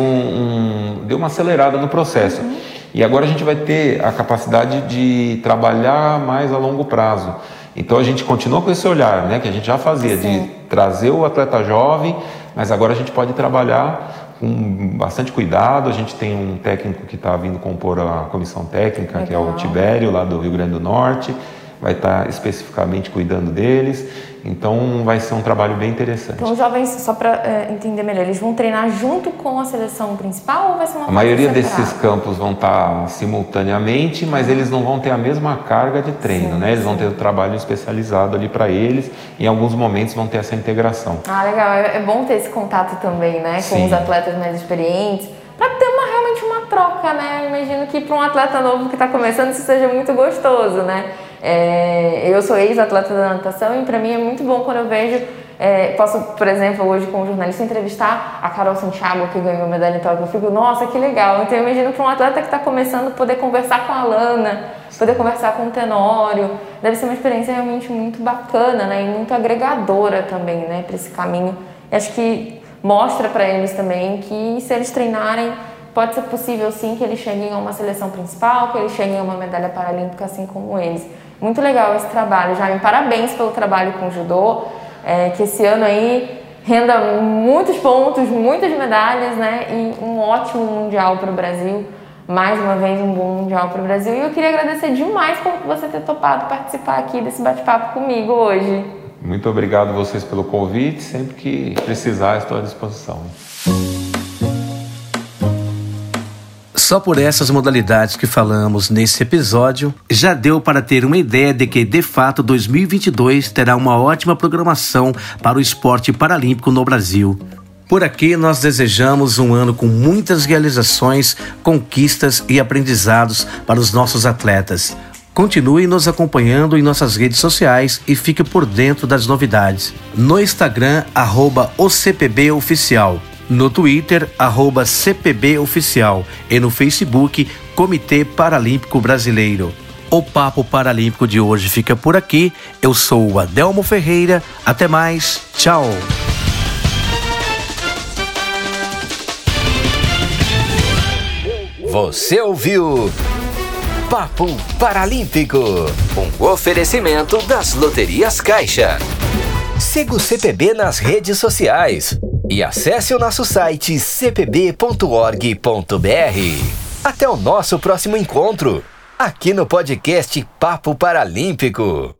deu uma acelerada no processo. E agora a gente vai ter a capacidade de trabalhar mais a longo prazo. Então a gente continua com esse olhar, né? Que a gente já fazia, de trazer o atleta jovem, mas agora a gente pode trabalhar com bastante cuidado. A gente tem um técnico que está vindo compor a comissão técnica, que é o Tibério, lá do Rio Grande do Norte. Vai estar especificamente cuidando deles, então vai ser um trabalho bem interessante. Então os jovens, só para entender melhor, eles vão treinar junto com a seleção principal ou vai ser uma coisa A maioria separada? desses campos vão estar simultaneamente, mas eles não vão ter a mesma carga de treino, né? Eles vão ter um trabalho especializado ali para eles e em alguns momentos vão ter essa integração. Legal, é bom ter esse contato também, né, com os atletas mais experientes, para ter realmente uma troca, né? Imagino que para um atleta novo que está começando isso seja muito gostoso, né? Eu sou ex-atleta da natação e para mim é muito bom quando eu vejo, posso, por exemplo, hoje como jornalista entrevistar a Carol Santiago, que ganhou medalha em Tóquio. Eu fico, nossa, que legal. Então eu imagino para um atleta que está começando poder conversar com a Alana, poder conversar com o Tenório, deve ser uma experiência realmente muito bacana, né? E muito agregadora também, né, para esse caminho. E acho que mostra para eles também que se eles treinarem, pode ser possível sim que eles cheguem a uma seleção principal, que eles cheguem a uma medalha paralímpica assim como eles. Muito legal esse trabalho, Jaime. Parabéns pelo trabalho com o judô, que esse ano aí renda muitos pontos, muitas medalhas, né? E um ótimo mundial para o Brasil. Mais uma vez um bom mundial para o Brasil. E eu queria agradecer demais por você ter topado participar aqui desse bate-papo comigo hoje. Muito obrigado a vocês pelo convite. Sempre que precisar, estou à disposição. Só por essas modalidades que falamos nesse episódio, já deu para ter uma ideia de que, de fato, 2022 terá uma ótima programação para o esporte paralímpico no Brasil. Por aqui, nós desejamos um ano com muitas realizações, conquistas e aprendizados para os nossos atletas. Continue nos acompanhando em nossas redes sociais e fique por dentro das novidades. No Instagram, @OCPBOficial. No Twitter, @CPBOficial e no Facebook, Comitê Paralímpico Brasileiro. O Papo Paralímpico de hoje fica por aqui. Eu sou o Adelmo Ferreira. Até mais. Tchau. Você ouviu Papo Paralímpico, um oferecimento das Loterias Caixa. Siga o CPB nas redes sociais e acesse o nosso site cpb.org.br. Até o nosso próximo encontro, aqui no podcast Papo Paralímpico.